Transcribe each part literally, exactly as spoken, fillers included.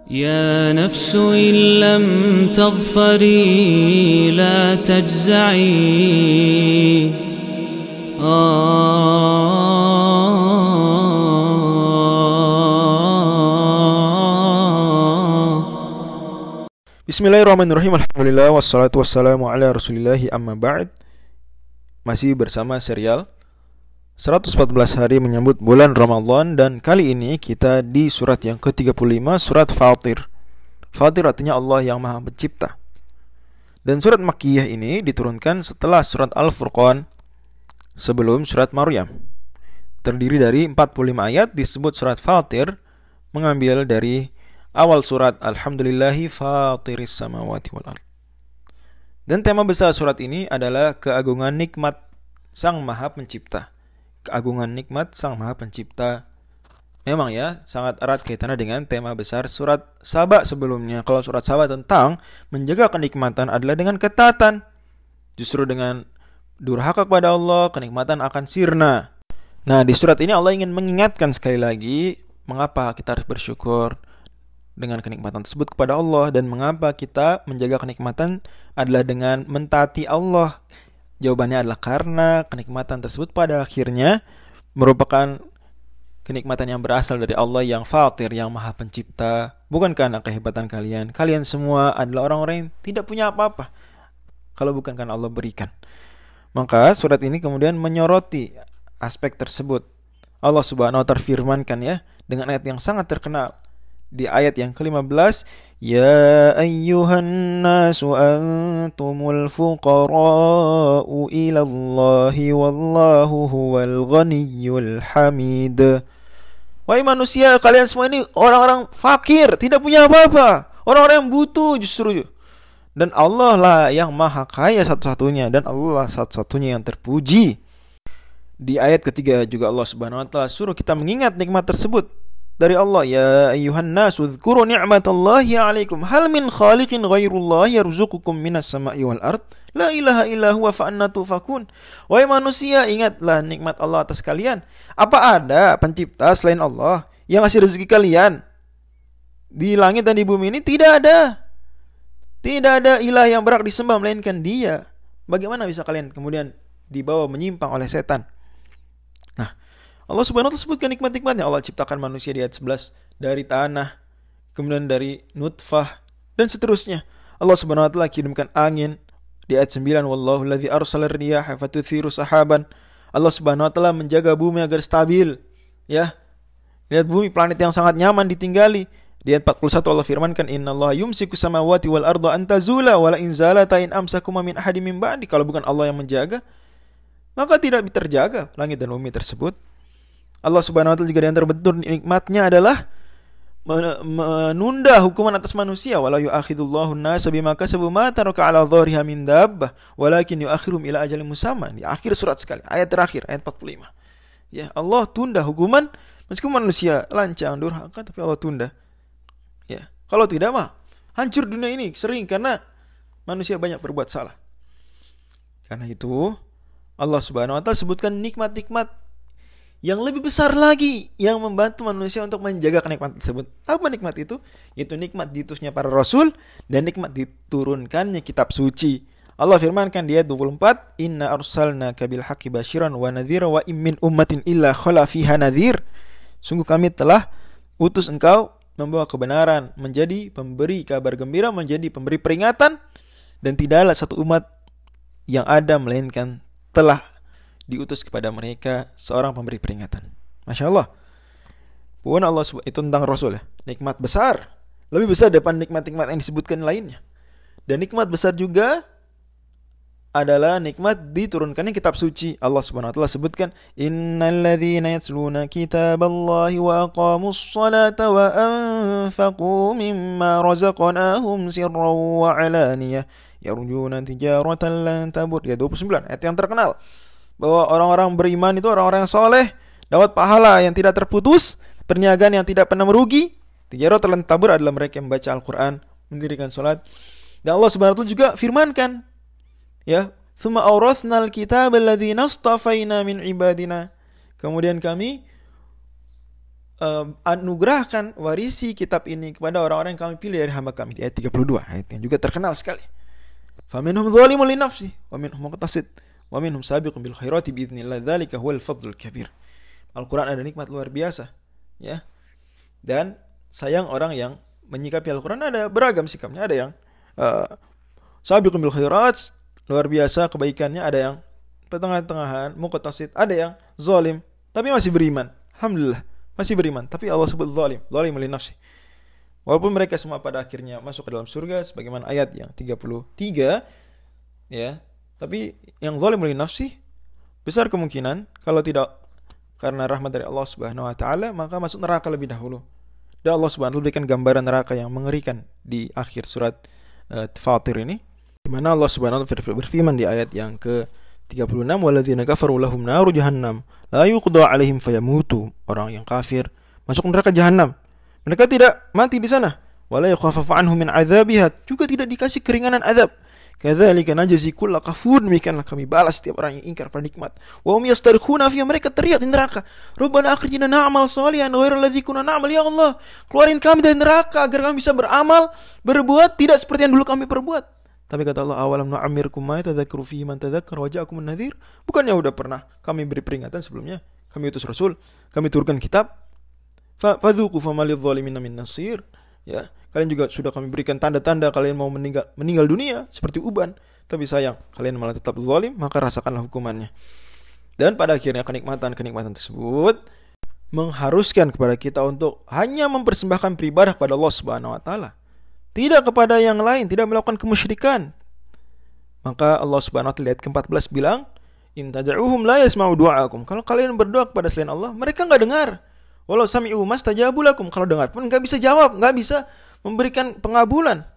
يا نفس إن لم تظفري لا تجزعي Bismillahirrahmanirrahim. Alhamdulillah wassalatu wassalamu ala rasulillahi amma ba'd. Masih bersama serial seratus empat belas hari menyambut bulan Ramadan, dan kali ini kita di surat yang ke tiga puluh lima, surat Fatir. Fatir artinya Allah yang Maha Pencipta. Dan surat Makkiyah ini diturunkan setelah surat Al-Furqan, sebelum surat Maryam. Terdiri dari empat puluh lima ayat, disebut surat Fatir, mengambil dari awal surat Alhamdulillahi Fatiris Samawati wal Ard. Dan tema besar surat ini adalah keagungan nikmat Sang Maha Pencipta. Keagungan nikmat Sang Maha Pencipta. Memang ya, sangat erat kaitannya dengan tema besar surat Saba sebelumnya. Kalau surat Saba tentang menjaga kenikmatan adalah dengan ketaatan. Justru dengan durhaka kepada Allah, kenikmatan akan sirna. Nah, di surat ini Allah ingin mengingatkan sekali lagi mengapa kita harus bersyukur dengan kenikmatan tersebut kepada Allah, dan mengapa kita menjaga kenikmatan adalah dengan mentaati Allah. Jawabannya adalah karena kenikmatan tersebut pada akhirnya merupakan kenikmatan yang berasal dari Allah yang Fatir, yang Maha Pencipta, bukan karena kehebatan kalian. Kalian semua adalah orang-orang yang tidak punya apa-apa kalau bukan karena Allah berikan. Maka surat ini kemudian menyoroti aspek tersebut. Allah Subhanahu wa ta'ala firmankan ya dengan ayat yang sangat terkenal. Di ayat yang ke lima belas, Ya ayyuhan nasu antumul fuqara'u ilallahi wallahu huwal ghaniyyul hamid. Wahai manusia, kalian semua ini orang-orang fakir, tidak punya apa-apa, orang-orang yang butuh justru. Dan Allah lah yang maha kaya satu-satunya, dan Allah satu-satunya yang terpuji. Di ayat ketiga juga Allah Subhanahu wa ta'ala suruh kita mengingat nikmat tersebut dari Allah. Ya ayyuhan nas udhkuru ni'matallahi 'alaikum hal min khaliqin ghairullahi yarzuqukum minas sama'i wal ard la ilaha illa huwa fa anna tufakun. Wahai manusia, ingatlah nikmat Allah atas kalian. Apa ada pencipta selain Allah yang ngasih rezeki kalian di langit dan di bumi ini? Tidak ada. Tidak ada ilah yang berhak disembah melainkan Dia. Bagaimana bisa kalian kemudian dibawa menyimpang oleh setan? Nah, Allah Subhanahu wa ta'ala sebutkan nikmat-nikmatnya. Allah ciptakan manusia di ayat sebelas dari tanah, kemudian dari nutfah, dan seterusnya. Allah Subhanahu wa ta'ala kirimkan angin di ayat sembilan, Wallahu alladzi arsala riyaha fatuthiru sahaban. Allah Subhanahu wa ta'ala menjaga bumi agar stabil. Ya. Lihat bumi, planet yang sangat nyaman ditinggali. Di ayat empat puluh satu Allah firmankan, Innallaha yumsiku samawati wal arda an tazula wa la in zalata in amsakuma min ahadin min ba'di. Kalau bukan Allah yang menjaga, maka tidak terjaga langit dan bumi tersebut. Allah Subhanahu wa ta'ala juga di antara bentuk nikmatnya adalah menunda hukuman atas manusia. Wala yu'akhidullahu an-nasa bima kasabu ma taraka 'ala dhahriha min dabbah walakin yu'akhiruhum ila ajalin musamma. Di akhir surat sekali, ayat terakhir, ayat empat puluh lima. Ya, Allah tunda hukuman meskipun manusia lancang durhaka, tapi Allah tunda. Ya, kalau tidak mah hancur dunia ini sering karena manusia banyak berbuat salah. Karena itu Allah Subhanahu wa ta'ala sebutkan nikmat-nikmat yang lebih besar lagi yang membantu manusia untuk menjaga kenikmatan tersebut. Apa nikmat itu? Yaitu nikmat diutusnya para rasul dan nikmat diturunkannya kitab suci. Allah firmankan di ayat dua puluh empat, Inna arsalnaka bil haqqi basyiran wa nadhira wa in min ummatin illa khala fiha nadhir. Sungguh kami telah utus engkau membawa kebenaran, menjadi pemberi kabar gembira, menjadi pemberi peringatan, dan tidaklah satu umat yang ada melainkan telah diutus kepada mereka seorang pemberi peringatan. Masya Allah. Pun Allah itu tentang Rasul ya. Nikmat besar. Lebih besar daripada nikmat-nikmat yang disebutkan lainnya. Dan nikmat besar juga adalah nikmat diturunkannya kitab suci. Allah Subhanahu wa ta'ala sebutkan, Innal ladzina yatluna kitaballahi wa aqamus salata wa anfaqu mimma razaqnahum sirran wa alaniyah yarjuna tijaratan lan tabur. Ya dua puluh sembilan ayat yang terkenal. Bahwa orang-orang beriman itu orang-orang yang soleh, dapat pahala yang tidak terputus, perniagaan yang tidak pernah merugi. Tijarah lan tabur adalah mereka yang membaca Al-Quran, mendirikan sholat. Dan Allah Subhanahu wa ta'ala juga firmankan, ya, Tsumma awrathnal kitaba alladzi nastafaina min ibadina. Kemudian kami uh, anugerahkan, warisi kitab ini kepada orang-orang yang kami pilih dari hamba kami. Di ayat tiga puluh dua, ayat yang juga terkenal sekali. Faminhum zalimun li nafsi wa minhum muqtasid wa minhum sabiqun bil khairati biidznillah dzalika huwal fadlul kabir. Al-Qur'an ada nikmat luar biasa, ya. Dan sayang orang yang menyikapi Al-Qur'an ada beragam sikapnya. Ada yang uh, sabiqun bil khairat, luar biasa kebaikannya, ada yang pertengah-tengahan, muqtasid, ada yang zalim tapi masih beriman. Alhamdulillah, masih beriman, tapi Allah sebut zalim, zalim li nafsi. Walaupun mereka semua pada akhirnya masuk ke dalam surga sebagaimana ayat yang tiga puluh tiga, ya. Tapi yang zalim li nafsi besar kemungkinan kalau tidak karena rahmat dari Allah Subhanahu wa taala maka masuk neraka lebih dahulu. Dan Allah Subhanahu wa taala berikan gambaran neraka yang mengerikan di akhir surat uh, Fatir ini, di mana Allah Subhanahu wa taala berfirman di ayat yang ke tiga puluh enam, walladzina kafaru lahum naru jahannam la yuqda alaihim fayamutu. Orang yang kafir masuk neraka jahanam, mereka tidak mati di sana. Wala yukhaffafu anhum min adzabiha, juga tidak dikasih keringanan azab. Kadzalika najzi kulla kafur, demikianlah kami balas setiap orang yang ingkar pada nikmat. Wa hum yastarikhuna fiha, mereka teriak di neraka, Rabbana akhrijna na'mal shalihan ghairal ladzi kunna na'mal. Ya Allah, keluarin kami dari neraka agar kami bisa beramal, berbuat tidak seperti yang dulu kami perbuat. Tapi kata Allah, awalam nu'ammirkum ma tadzakkuru fihi man tadzakkara wa ja'akumun nadhir. Bukannya udah pernah kami beri peringatan sebelumnya, kami utus rasul, kami turunkan kitab. Fadzuqu famalidh dhalimin min nasir. Ya, kalian juga sudah kami berikan tanda-tanda kalian mau meninggal meninggal dunia seperti uban, tapi sayang kalian malah tetap zalim, maka rasakanlah hukumannya. Dan pada akhirnya kenikmatan-kenikmatan tersebut mengharuskan kepada kita untuk hanya mempersembahkan beribadah kepada Allah Subhanahu wa taala, tidak kepada yang lain, tidak melakukan kemusyrikan. Maka Allah Subhanahu wa taala ayat keempat belas bilang, in tad'uhum la yasma'u du'aakum. Kalau kalian berdoa kepada selain Allah, mereka enggak dengar. Walau sami'u mastajabu lakum, kalau dengar pun enggak bisa jawab, enggak bisa memberikan pengabulan.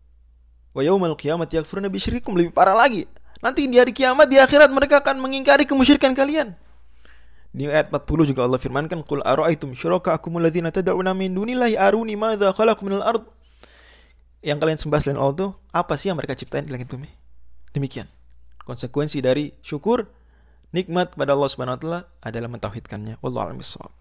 Wa yaumal qiyamati yakfuruna bisyirikum, lebih parah lagi. Nanti di hari kiamat, di akhirat mereka akan mengingkari kemusyrikan kalian. Di ayat empat puluh juga Allah firmankan, qul ara'aitum syuraka'akum alladzina tad'una min dunillahi aruni madza khalaqu minal ard. Yang kalian sembah selain Allah itu apa sih yang mereka ciptain di langit bumi? Demikian konsekuensi dari syukur nikmat kepada Allah Subhanahu wa taala adalah mentauhidkannya. Wallahu a'lam bishawab.